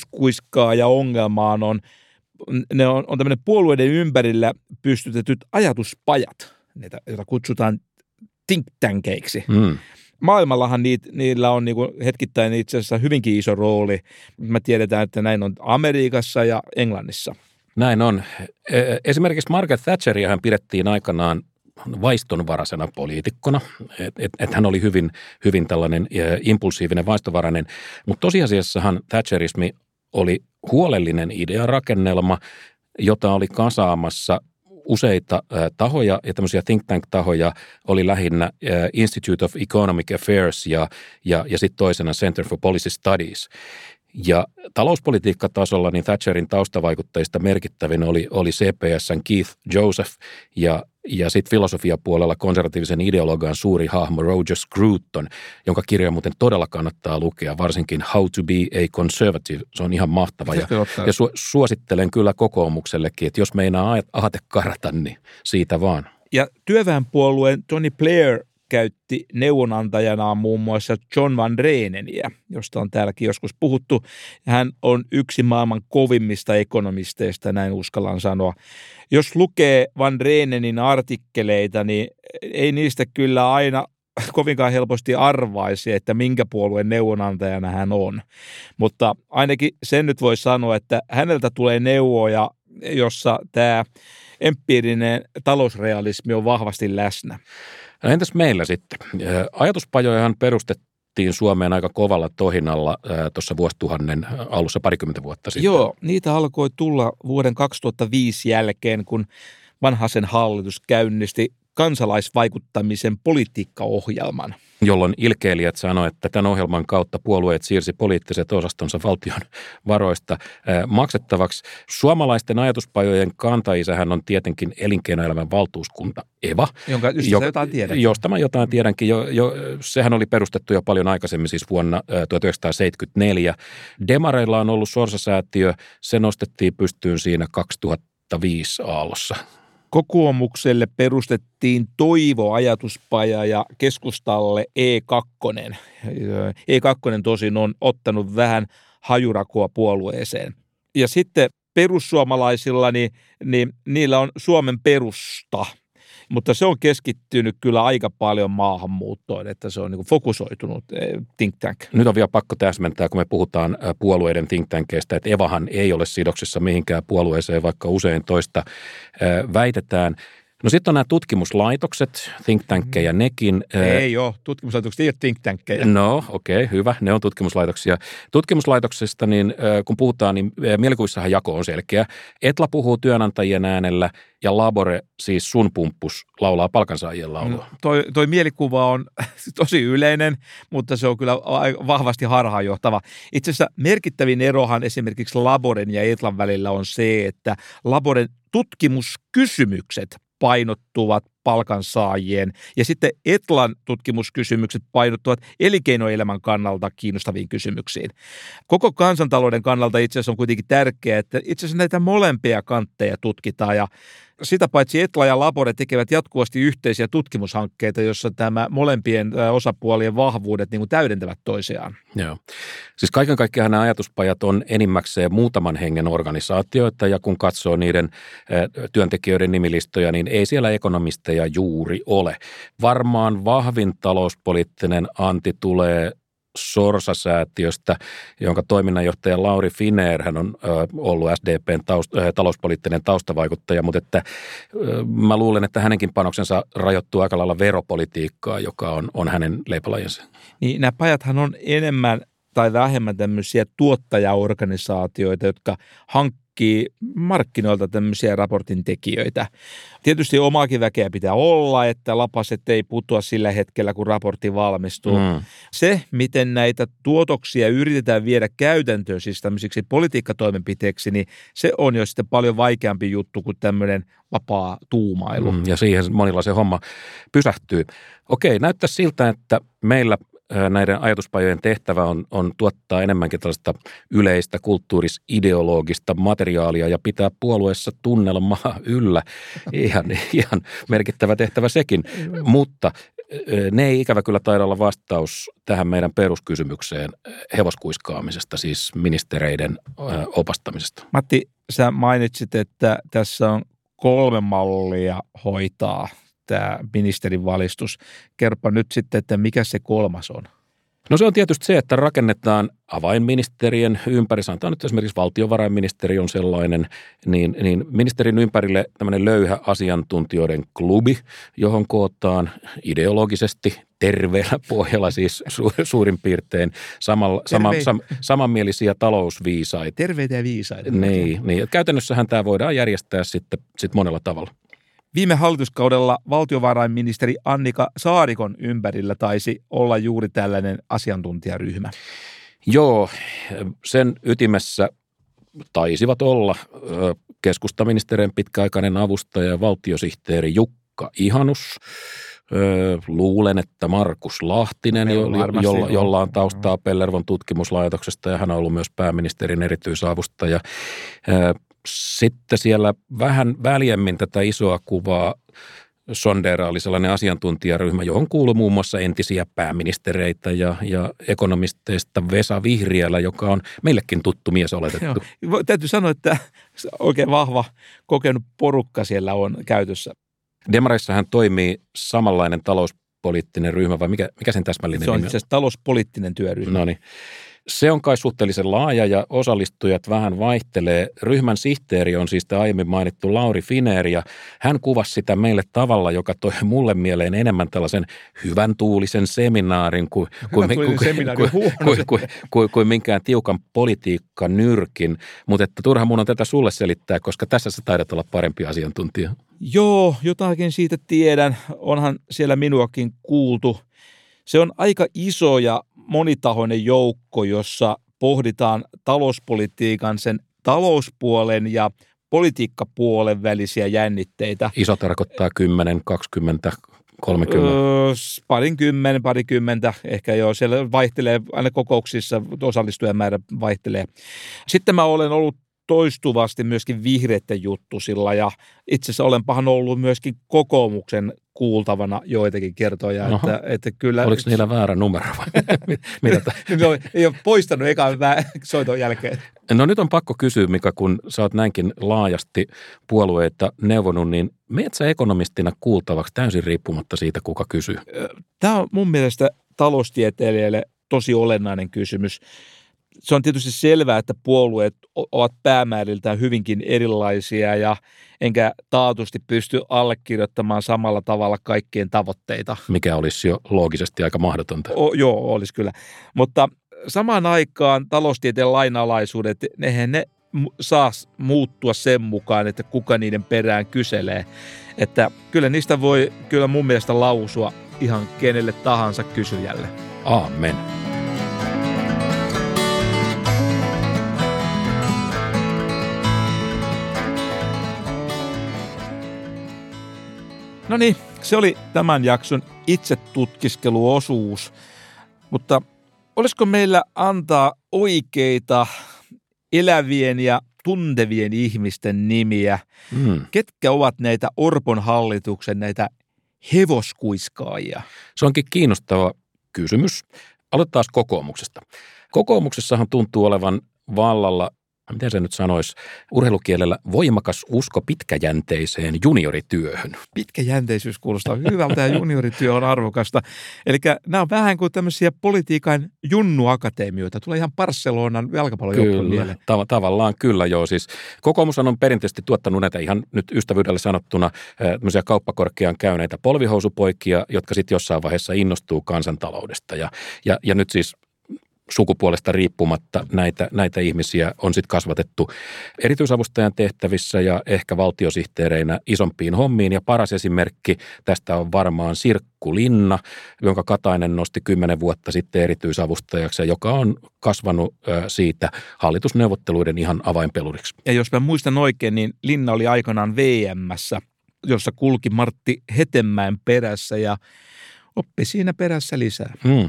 hevoskuiskaaja-ongelmaan on tämmöinen puolueiden ympärillä pystytetyt ajatuspajat, joita kutsutaan think tankeiksi. Maailmallahan niillä on niin kuin hetkittäin itse asiassa hyvinkin iso rooli. Me tiedetään, että näin on Amerikassa ja Englannissa. Näin on. Esimerkiksi Margaret Thatcheriahan pidettiin aikanaan vaistonvaraisena poliitikkona. Että hän oli hyvin tällainen impulsiivinen, vaistovarainen. Mutta tosiasiassahan Thatcherismi oli huolellinen idearakennelma, jota oli kasaamassa useita tahoja ja tämmöisiä think tank-tahoja oli lähinnä Institute of Economic Affairs ja sitten toisena Center for Policy Studies. Ja talouspolitiikkatasolla niin Thatcherin taustavaikuttajista merkittävin oli CPS:n Keith Joseph ja sitten filosofiapuolella konservatiivisen ideologian suuri hahmo Roger Scruton, jonka kirja muuten todella kannattaa lukea, varsinkin How to be a Conservative. Se on ihan mahtava ja suosittelen kyllä kokoomuksellekin, että jos meinaa aate karata, niin siitä vaan. Ja työväenpuolueen Tony Blair käytti neuvonantajanaan muun muassa John Van Reeneniä, josta on täälläkin joskus puhuttu. Hän on yksi maailman kovimmista ekonomisteista, näin uskallan sanoa. Jos lukee Van Reenenin artikkeleita, niin ei niistä kyllä aina kovinkaan helposti arvaisi, että minkä puolueen neuvonantajana hän on. Mutta ainakin sen nyt voi sanoa, että häneltä tulee neuvoja, jossa tämä empiirinen talousrealismi on vahvasti läsnä. No entäs meillä sitten? Ajatuspajojahan perustettiin Suomeen aika kovalla tohinalla tuossa vuosituhannen alussa 20 vuotta sitten. Joo, niitä alkoi tulla vuoden 2005 jälkeen, kun Vanhasen hallitus käynnisti kansalaisvaikuttamisen politiikkaohjelman. Jolloin ilkeilijät sanoivat, että tämän ohjelman kautta puolueet siirsi poliittiset osastonsa valtion varoista maksettavaksi. Suomalaisten ajatuspajojen kantaisähän on tietenkin elinkeinoelämän valtuuskunta EVA. Josta mä jotain tiedänkin. Sehän oli perustettu jo paljon aikaisemmin, siis vuonna 1974. Demareilla on ollut Sorsa-säätiö. Se nostettiin pystyyn siinä 2005 aallossa. Kokoomukselle perustettiin Toivo-ajatuspaja ja keskustalle E2. E2 tosin on ottanut vähän hajurakoa puolueeseen. Ja sitten perussuomalaisilla, niin niillä on Suomen Perusta, mutta se on keskittynyt kyllä aika paljon maahanmuuttoon, että se on niin kuin fokusoitunut think tank. Nyt on vielä pakko täsmentää, kun me puhutaan puolueiden think tankeista, että EVAhan ei ole sidoksissa mihinkään puolueeseen, vaikka usein toista väitetään. No sitten on nämä tutkimuslaitokset, think tankkeja nekin. Ei ole, tutkimuslaitokset ei ole think tankkeja. No okei, hyvä, ne on tutkimuslaitoksia. Tutkimuslaitoksista, niin kun puhutaan, niin mielikuvissahan jako on selkeä. Etla puhuu työnantajien äänellä ja Labore, siis sun pumppus, laulaa palkansaajien laulua. Toi mielikuva on tosi yleinen, mutta se on kyllä vahvasti harhaanjohtava. Itse asiassa merkittävin erohan esimerkiksi Laboren ja Etlan välillä on se, että Laboren tutkimuskysymykset painottuvat palkansaajien ja sitten Etlan tutkimuskysymykset painottuvat elinkeinoelämän kannalta kiinnostaviin kysymyksiin. Koko kansantalouden kannalta itse asiassa on kuitenkin tärkeää, että itse asiassa näitä molempia kantteja tutkitaan ja sitä paitsi Etla ja Labore tekevät jatkuvasti yhteisiä tutkimushankkeita, jossa tämä molempien osapuolien vahvuudet niin kuin täydentävät toisiaan. Joo. Siis kaiken kaikkiaan nämä ajatuspajat on enimmäkseen muutaman hengen organisaatioita ja kun katsoo niiden työntekijöiden nimilistoja, niin ei siellä ekonomisteja juuri ole. Varmaan vahvin talouspoliittinen anti tulee Sorsa-säätiöstä, jonka toiminnanjohtaja Lauri Finer, hän on ollut SDPn talouspoliittinen taustavaikuttaja, mutta että mä luulen, että hänenkin panoksensa rajoittuu aika lailla veropolitiikkaa, joka on hänen leipälajinsa. Niin nämä pajathan on enemmän tai vähemmän tämmöisiä tuottajaorganisaatioita, jotka hankkii markkinoilta tämmöisiä raportin tekijöitä. Tietysti omaakin väkeä pitää olla, että lapaset ei putoa sillä hetkellä, kun raportti valmistuu. Se, miten näitä tuotoksia yritetään viedä käytäntöön, siis tämmöisiksi politiikkatoimenpiteeksi, niin se on jo sitten paljon vaikeampi juttu kuin tämmöinen vapaa tuumailu. Ja siihen monilla se homma pysähtyy. Okei, näyttää siltä, että meillä näiden ajatuspajojen tehtävä on tuottaa enemmänkin tällaista yleistä kulttuuris-ideologista materiaalia ja pitää puolueessa tunnelmaa yllä. Ihan merkittävä tehtävä sekin, mutta ne ei ikävä kyllä taida olla vastaus tähän meidän peruskysymykseen hevoskuiskaamisesta, siis ministereiden opastamisesta. Matti, sä mainitsit, että tässä on 3 mallia hoitaa tämä ministerin valistus. Kerropa nyt sitten, että mikä se 3 on? No se on tietysti se, että rakennetaan avainministerien ympäri, sanotaan nyt esimerkiksi valtiovarainministeri on sellainen, niin ministerin ympärille tämmöinen löyhä asiantuntijoiden klubi, johon kootaan ideologisesti terveellä pohjalla siis suurin piirtein samanmielisiä talousviisaita. Terveitä ja viisaita. Niin. Käytännössähän tämä voidaan järjestää sitten monella tavalla. Viime hallituskaudella valtiovarainministeri Annika Saarikon ympärillä taisi olla juuri tällainen asiantuntijaryhmä. Joo, sen ytimessä taisivat olla keskustaministerin pitkäaikainen avustaja ja valtiosihteeri Jukka Ihanus. Luulen, että Markus Lahtinen, jolla on taustaa Pellervon tutkimuslaitoksesta ja hän on ollut myös pääministerin erityisavustaja. Sitten siellä vähän väljemmin tätä isoa kuvaa Sondera oli sellainen asiantuntijaryhmä, johon kuului muun muassa entisiä pääministereitä ja ekonomisteista Vesa Vihriälä, joka on meillekin tuttu mies oletettu. Joo. Täytyy sanoa, että oikein vahva kokenut porukka siellä on käytössä. Demareissahan toimii samanlainen talouspoliittinen ryhmä, vai mikä sen täsmällinen nimi on? Se on itse asiassa talouspoliittinen työryhmä. No niin. Se on kai suhteellisen laaja ja osallistujat vähän vaihtelee. Ryhmän sihteeri on siis tämä aiemmin mainittu Lauri Finer ja hän kuvasi sitä meille tavalla, joka toi mulle mieleen enemmän tällaisen hyvän tuulisen seminaarin kuin minkään tiukan politiikkanyrkin. Mutta että turha mun on tätä sulle selittää, koska tässä sä taidat olla parempi asiantuntija. Joo, jotakin siitä tiedän. Onhan siellä minuakin kuultu. Se on aika iso ja monitahoinen joukko, jossa pohditaan talouspolitiikan, sen talouspuolen ja politiikkapuolen välisiä jännitteitä. Iso tarkoittaa 10, 20, 30. Parikymmentä ehkä joo. Siellä vaihtelee, aina kokouksissa osallistujamäärä vaihtelee. Sitten mä olen ollut toistuvasti myöskin vihreiden juttusilla ja itse asiassa olenpahan ollut myöskin kokoomuksen kuultavana joitakin kertoja. Että kyllä, oliko niillä väärä numero vai? Ei ole poistanut ekan soiton jälkeen. No nyt on pakko kysyä, Mika, kun sä oot näinkin laajasti puolueita neuvonut, niin meet sä ekonomistina kuultavaksi täysin riippumatta siitä, kuka kysyy? Tämä on mun mielestä taloustieteilijälle tosi olennainen kysymys. Se on tietysti selvää, että puolueet ovat päämääriltään hyvinkin erilaisia ja enkä taatusti pysty allekirjoittamaan samalla tavalla kaikkien tavoitteita. Mikä olisi jo loogisesti aika mahdotonta. Joo, olisi kyllä. Mutta samaan aikaan taloustieteen lainalaisuudet, ne saa muuttua sen mukaan, että kuka niiden perään kyselee. Että kyllä niistä voi kyllä mun mielestä lausua ihan kenelle tahansa kysyjälle. Aamen. No niin, se oli tämän jakson itsetutkiskeluosuus, mutta olisiko meillä antaa oikeita elävien ja tuntevien ihmisten nimiä? Ketkä ovat näitä Orpon hallituksen näitä hevoskuiskaajia? Se onkin kiinnostava kysymys. Aloitetaan kokoomuksesta. Kokoomuksessahan tuntuu olevan vallalla, miten se nyt sanoisi, urheilukielellä voimakas usko pitkäjänteiseen juniorityöhön. Pitkäjänteisyys kuulostaa hyvältä ja juniorityö on arvokasta. Eli nämä on vähän kuin tämmöisiä politiikan junnuakatemioita. Tulee ihan Barcelonan jalkapallojoukkoon mieleen. Tavallaan kyllä joo. Siis kokoomus on perinteisesti tuottanut näitä ihan nyt ystävyydellä sanottuna tämmöisiä kauppakorkean käyneitä polvihousupoikia, jotka sitten jossain vaiheessa innostuu kansantaloudesta. Ja nyt siis sukupuolesta riippumatta näitä ihmisiä on sitten kasvatettu erityisavustajan tehtävissä ja ehkä valtiosihteereinä isompiin hommiin. Ja paras esimerkki tästä on varmaan Sirkku Linna, jonka Katainen nosti 10 vuotta sitten erityisavustajaksi ja joka on kasvanut siitä hallitusneuvotteluiden ihan avainpeluriksi. Ja jos mä muistan oikein, niin Linna oli aikanaan VM:ssä, jossa kulki Martti Hetemäen perässä ja oppi siinä perässä lisää.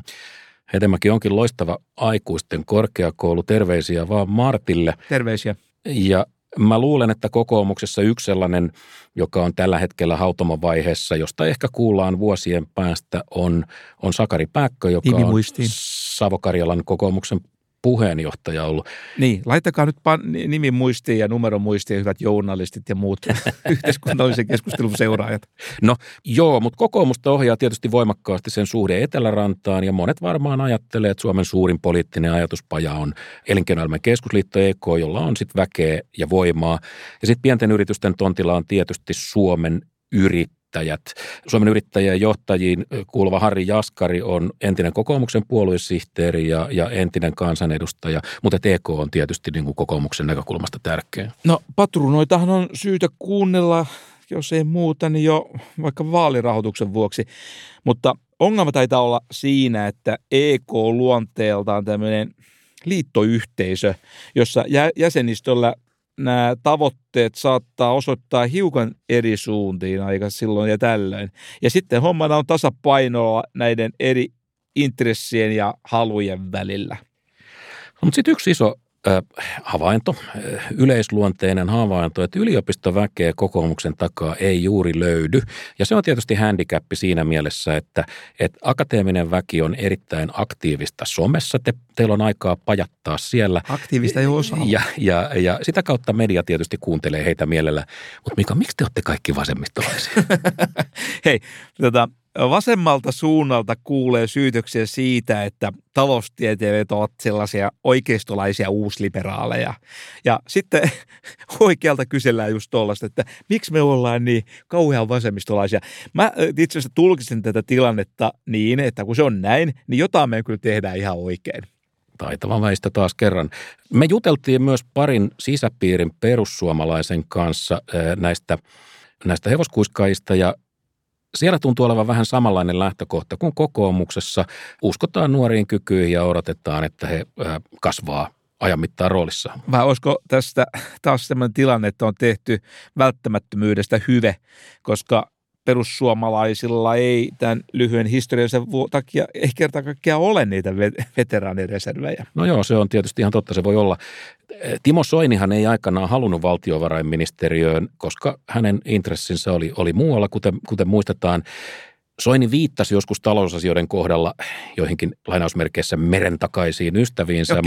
Hetemäki onkin loistava aikuisten korkeakoulu. Terveisiä vaan Martille. Terveisiä. Ja mä luulen, että kokoomuksessa yksi sellainen, joka on tällä hetkellä hautomavaiheessa, josta ehkä kuullaan vuosien päästä, on Sakari Pääkkö, joka on Savo-Karjalan kokoomuksen puheenjohtaja ollut. Niin, laittakaa nyt nimi muistiin ja numero muistiin, hyvät journalistit ja muut yhteiskunnallisen keskustelun seuraajat. No joo, mutta kokoomusta ohjaa tietysti voimakkaasti sen suhde Etelärantaan ja monet varmaan ajattelee, että Suomen suurin poliittinen ajatuspaja on Elinkeinoelämän keskusliitto EK, jolla on sitten väkeä ja voimaa. Ja sitten pienten yritysten tontilla on tietysti Suomen yrittäjät. Suomen yrittäjien johtajiin kuuluva Harri Jaskari on entinen kokoomuksen puoluesihteeri ja entinen kansanedustaja, mutta EK on tietysti niin kuin kokoomuksen näkökulmasta tärkeä. No patruunoitahan on syytä kuunnella, jos ei muuta, niin jo vaikka vaalirahoituksen vuoksi, mutta ongelma taitaa olla siinä, että EK luonteeltaan tämmöinen liittoyhteisö, jossa jäsenistöllä nämä tavoitteet saattaa osoittaa hiukan eri suuntiin aika silloin ja tällöin. Ja sitten hommana on tasapainoa näiden eri intressien ja halujen välillä. Mutta sitten yksi iso havainto, yleisluonteinen havainto, että yliopistoväkeä kokoomuksen takaa ei juuri löydy. Ja se on tietysti handicappi siinä mielessä, että akateeminen väki on erittäin aktiivista somessa. Teillä on aikaa pajattaa siellä. Aktiivista ei osaa. Ja sitä kautta media tietysti kuuntelee heitä mielellä. Mutta Mika, miksi te olette kaikki vasemmistolaisia? Hei, vasemmalta suunnalta kuulee syytöksiä siitä, että taloustieteilijät ovat sellaisia oikeistolaisia uusliberaaleja. Ja sitten oikealta kysellään just tuollaista, että miksi me ollaan niin kauhean vasemmistolaisia. Mä itse asiassa tulkisin tätä tilannetta niin, että kun se on näin, niin jotain me kyllä tehdään ihan oikein. Taitava väistä taas kerran. Me juteltiin myös parin sisäpiirin perussuomalaisen kanssa näistä hevoskuiskaajista ja siellä tuntuu olevan vähän samanlainen lähtökohta kuin kokoomuksessa. Uskotaan nuoriin kykyihin ja odotetaan, että he kasvaa ajan mittaan roolissaan. Vai olisiko tästä taas sellainen tilanne, että on tehty välttämättömyydestä hyve, koska perussuomalaisilla ei tämän lyhyen historiansa takia ei kerta kaikkiaan ole niitä veteraanireservejä. No joo, se on tietysti ihan totta, se voi olla. Timo Soinihan ei aikanaan halunnut valtiovarainministeriöön, koska hänen intressinsä oli muualla, kuten muistetaan. Soini viittasi joskus talousasioiden kohdalla joihinkin lainausmerkeissä meren takaisiin ystäviinsä,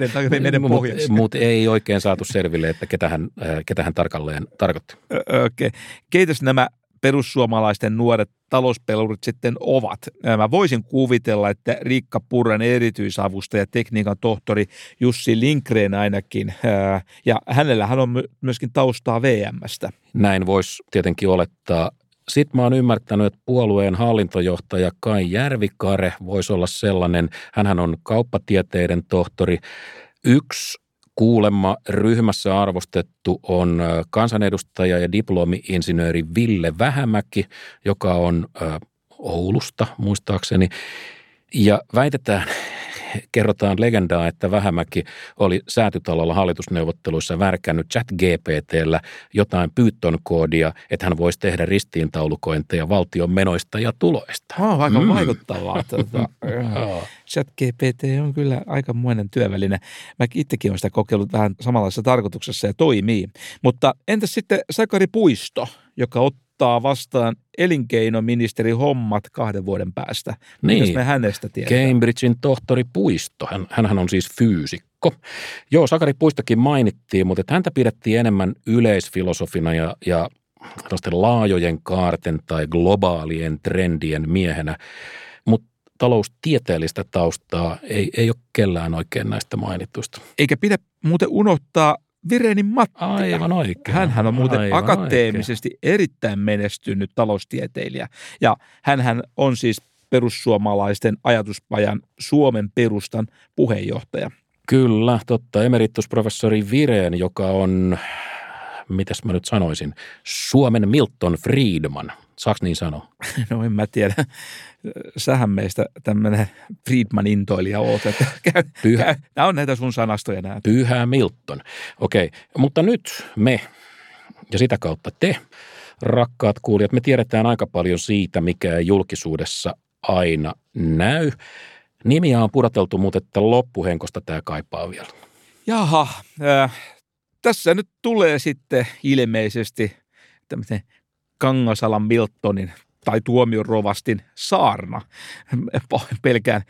mutta ei oikein saatu selville, että ketä hän tarkalleen tarkoitti. Okei. Keitäs nämä perussuomalaisten nuoret talouspelurit sitten ovat? Mä voisin kuvitella, että Riikka Purran erityisavustaja, tekniikan tohtori Jussi Lindgren ainakin, ja hänellähän on myöskin taustaa VM:stä. Näin voisi tietenkin olettaa. Sitten mä oon ymmärtänyt, että puolueen hallintojohtaja Kai Järvikare voisi olla sellainen. Hänhän on kauppatieteiden tohtori. Yksi kuulemma ryhmässä arvostettu on kansanedustaja ja diplomi-insinööri Ville Vähämäki, joka on Oulusta muistaakseni. Ja kerrotaan legendaa, että Vähämäki oli Säätytalolla hallitusneuvotteluissa värkännyt ChatGPT:llä jotain Python-koodia, että hän voisi tehdä ristiintaulukointeja valtion menoista ja tuloista. Aika vaikuttavaa. ChatGPT on kyllä aikamoinen työväline. Mä itsekin olen sitä kokeillut vähän samanlaisessa tarkoituksessa ja toimii. Mutta entäs sitten Sakari Puisto, joka ottaa vastaan elinkeinoministeri hommat 2 vuoden päästä. Mitäs me hänestä tiedetään? Cambridgein tohtori Puisto. Hänhän on siis fyysikko. Joo, Sakari Puistokin mainittiin, mutta häntä pidettiin enemmän yleisfilosofina ja tällaisten laajojen kaarten tai globaalien trendien miehenä. Mutta taloustieteellistä taustaa ei ole kellään oikein näistä mainituista. Eikä pidä muuten unohtaa Virenin Mattia. Aivan oikein. Hänhän on muuten akateemisesti erittäin menestynyt taloustieteilijä. Ja hänhän on siis perussuomalaisten ajatuspajan Suomen perustan puheenjohtaja. Kyllä, totta. Emeritusprofessori Vireen, joka on, mitäs mä nyt sanoisin, Suomen Milton Friedman. Saaks niin sanoa? No en mä tiedä. Sähän meistä tämmöinen Friedman-intoilija oot. Nämä on näitä sun sanastoja näitä. Pyhä Milton. Okei, mutta nyt me ja sitä kautta te, rakkaat kuulijat, me tiedetään aika paljon siitä, mikä ei julkisuudessa aina näy. Nimiä on pudoteltu, mutta että loppuhenkosta tämä kaipaa vielä. Jaha, tässä nyt tulee sitten ilmeisesti tämmöinen Kangasalan Miltonin tai Tuomion rovastin saarna. Pelkään.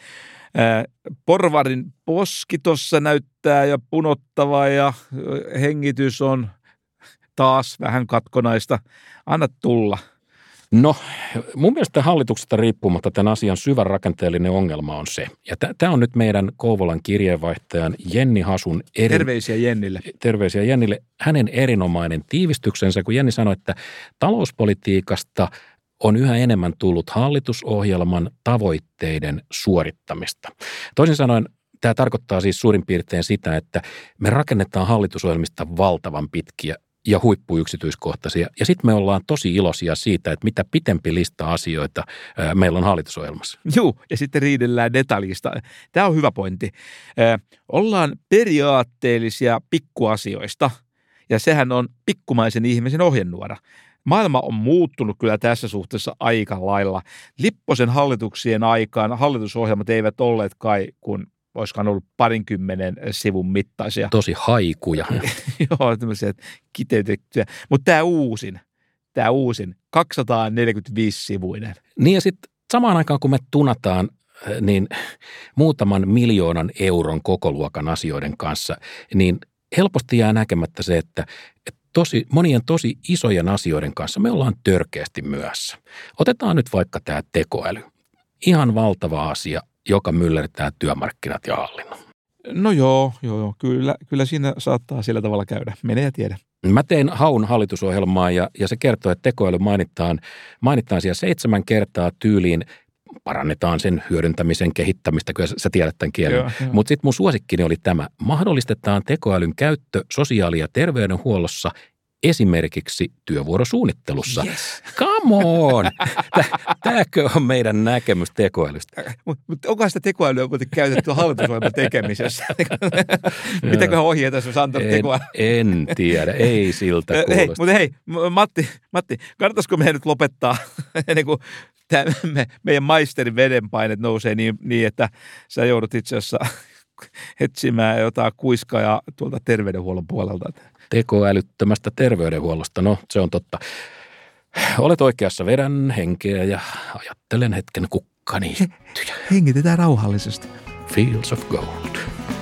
Porvarin poski tuossa näyttää jo punottava ja hengitys on taas vähän katkonaista. Anna tulla. No, mun mielestä hallituksesta riippumatta tämän asian syvän rakenteellinen ongelma on se. Ja tämä on nyt meidän Kouvolan kirjeenvaihtajan Jenni Hasun terveisiä Jennille. Terveisiä Jennille. Hänen erinomainen tiivistyksensä, kun Jenni sanoi, että talouspolitiikasta on yhä enemmän tullut hallitusohjelman tavoitteiden suorittamista. Toisin sanoen, tämä tarkoittaa siis suurin piirtein sitä, että me rakennetaan hallitusohjelmista valtavan pitkiä ja huippuyksityiskohtaisia. Ja sitten me ollaan tosi iloisia siitä, että mitä pitempi lista asioita meillä on hallitusohjelmassa. Joo, ja sitten riidellään detaljista. Tämä on hyvä pointti. Ollaan periaatteellisia pikkuasioista, ja sehän on pikkumaisen ihmisen ohjenuora. Maailma on muuttunut kyllä tässä suhteessa aika lailla. Lipposen hallituksien aikaan hallitusohjelmat eivät olleet kai kuin olisikohan ollut 20 sivun mittaisia. Tosi haikuja. Joo, tämmöisiä kiteytettyjä. Mutta tämä uusin, 245-sivuinen. Niin ja sitten samaan aikaan, kun me tunataan niin muutaman miljoonan euron kokoluokan asioiden kanssa, niin helposti jää näkemättä se, että monien tosi isojen asioiden kanssa me ollaan törkeästi myöhässä. Otetaan nyt vaikka tämä tekoäly. Ihan valtava asia, joka myllertää työmarkkinat ja hallinnon. No joo, kyllä siinä saattaa sillä tavalla käydä. Mene ja tiedä. Mä tein haun hallitusohjelmaa ja se kertoo, että tekoäly mainitaan siellä 7 kertaa tyyliin. Parannetaan sen hyödyntämisen kehittämistä, kun sä tiedät tämän kielen. Mutta sitten mun suosikkini oli tämä. Mahdollistetaan tekoälyn käyttö sosiaali- ja terveydenhuollossa esimerkiksi työvuorosuunnittelussa. Yes. Come on! Tämäkö on meidän näkemys tekoälystä? Mutta onko sitä tekoälyä käytetty hallitusohjelman tekemisessä? Mitäköhän ohjeita olisi antanut tekoälyä? En tiedä, ei siltä kuulosta. Hei, Matti, kannattaisiko meidän nyt lopettaa ennen kuin meidän maisterin vedenpainet nousee niin, että sä joudut itse asiassa etsimään jotain kuiskaa tuolta terveydenhuollon puolelta. Tekoälyttömästä terveydenhuollosta, no se on totta. Olet oikeassa, vedän henkeä ja ajattelen hetken kukkaniittyjä. Hengitetään rauhallisesti. Fields of Gold.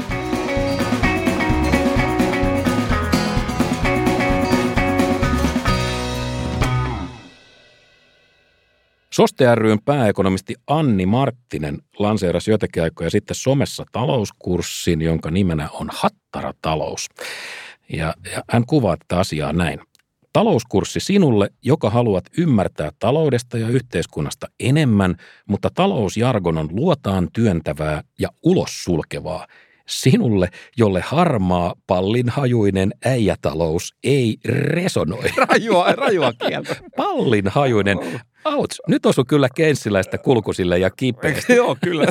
SOSTE ry:n pääekonomisti Anni Marttinen lanseerasi jotenkin aikoja sitten somessa talouskurssin, jonka nimenä on Hattaratalous. Ja hän kuvaa tätä asiaa näin. Talouskurssi sinulle, joka haluat ymmärtää taloudesta ja yhteiskunnasta enemmän, mutta talousjargon on luotaan työntävää ja ulos sulkevaa. Sinulle, jolle harmaa pallinhajuinen äijätalous ei resonoi. Rajua kieltä. Pallinhajuinen. Auts, nyt osui kyllä keynesiläistä kulkusille ja kipeästi. Joo, kyllä.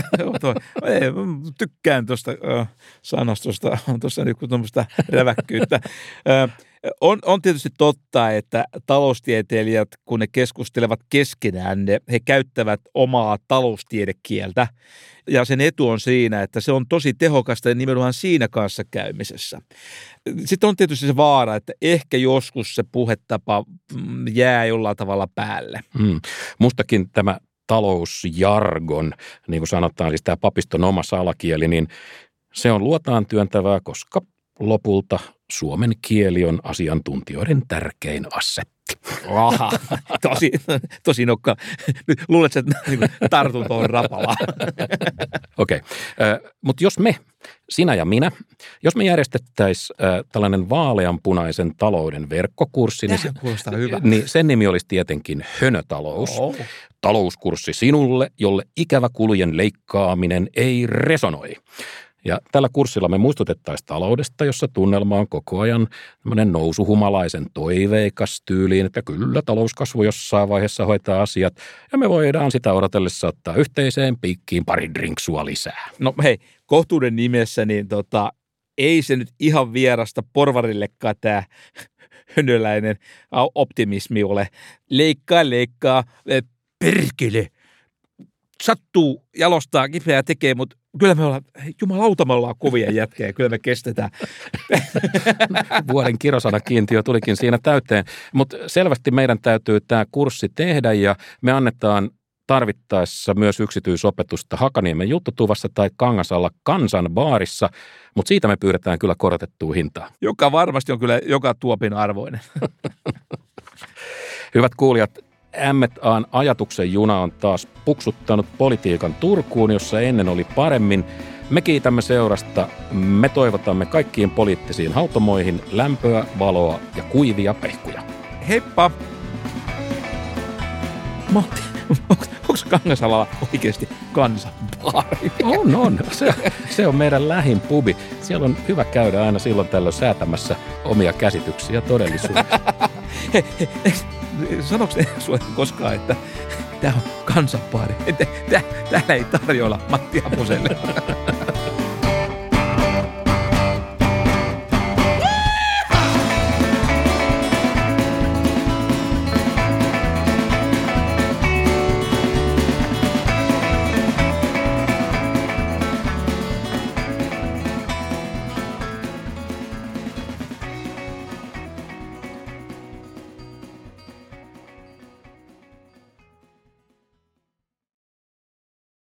Tykkään tuosta sanastosta, tuossa nyt tuommoista räväkkyyttä. On tietysti totta, että taloustieteilijät, kun ne keskustelevat keskenään, he käyttävät omaa taloustiedekieltä. Ja sen etu on siinä, että se on tosi tehokasta nimenomaan siinä kanssa käymisessä. Sitten on tietysti se vaara, että ehkä joskus se puhetapa jää jollain tavalla päälle. Mustakin tämä talousjargon, niin kuin sanotaan, siis tämä papiston oma salakieli, niin se on luotaan työntävää, koska lopulta suomen kieli on asiantuntijoiden tärkein assetti. Aha, tosi nokka. Nyt luulet, että tartun tuohon rapalaan. Okei, mutta jos sinä ja minä, jos me järjestettäisiin tällainen vaaleanpunaisen talouden verkkokurssi, niin sen nimi olisi tietenkin Hönötalous. Oh. Talouskurssi sinulle, jolle ikävä kulujen leikkaaminen ei resonoi. Ja tällä kurssilla me muistutettaisiin taloudesta, jossa tunnelma on koko ajan nousuhumalaisen toiveikas tyyliin, että kyllä talouskasvu jossain vaiheessa hoitaa asiat, ja me voidaan sitä odotellessa ottaa yhteiseen piikkiin pari drinksua lisää. No hei, kohtuuden nimessä, niin ei se nyt ihan vierasta porvarillekaan tämä hönöläinen optimismi ole. Leikkaa, perkele. Sattuu, jalostaa, kipeää tekee, mutta kyllä me ollaan, jumalauta, me ollaan kovia jätkejä, kyllä me kestetään. Vuoden kirosanakiintiö tulikin siinä täyteen, mutta selvästi meidän täytyy tämä kurssi tehdä ja me annetaan tarvittaessa myös yksityisopetusta Hakaniemen juttutuvassa tai Kangasalla Kansan baarissa, mutta siitä me pyydetään kyllä korotettua hintaa. Joka varmasti on kyllä joka tuopin arvoinen. Hyvät kuulijat, M&A:n ajatuksen juna on taas puksuttanut politiikan Turkuun, jossa ennen oli paremmin. Me kiitämme seurasta. Me toivotamme kaikkiin poliittisiin hautomoihin lämpöä, valoa ja kuivia pehkuja. Heippa! Matti, onko Kangasalalla oikeasti kansanbaari? On. Se on meidän lähin pubi. Siellä on hyvä käydä aina silloin tällöin säätämässä omia käsityksiä todellisuudesta. Sanoiko ne sulle koskaan, että tämä on kansanbaari? Täällä ei tarjoilla Matti Aposelle.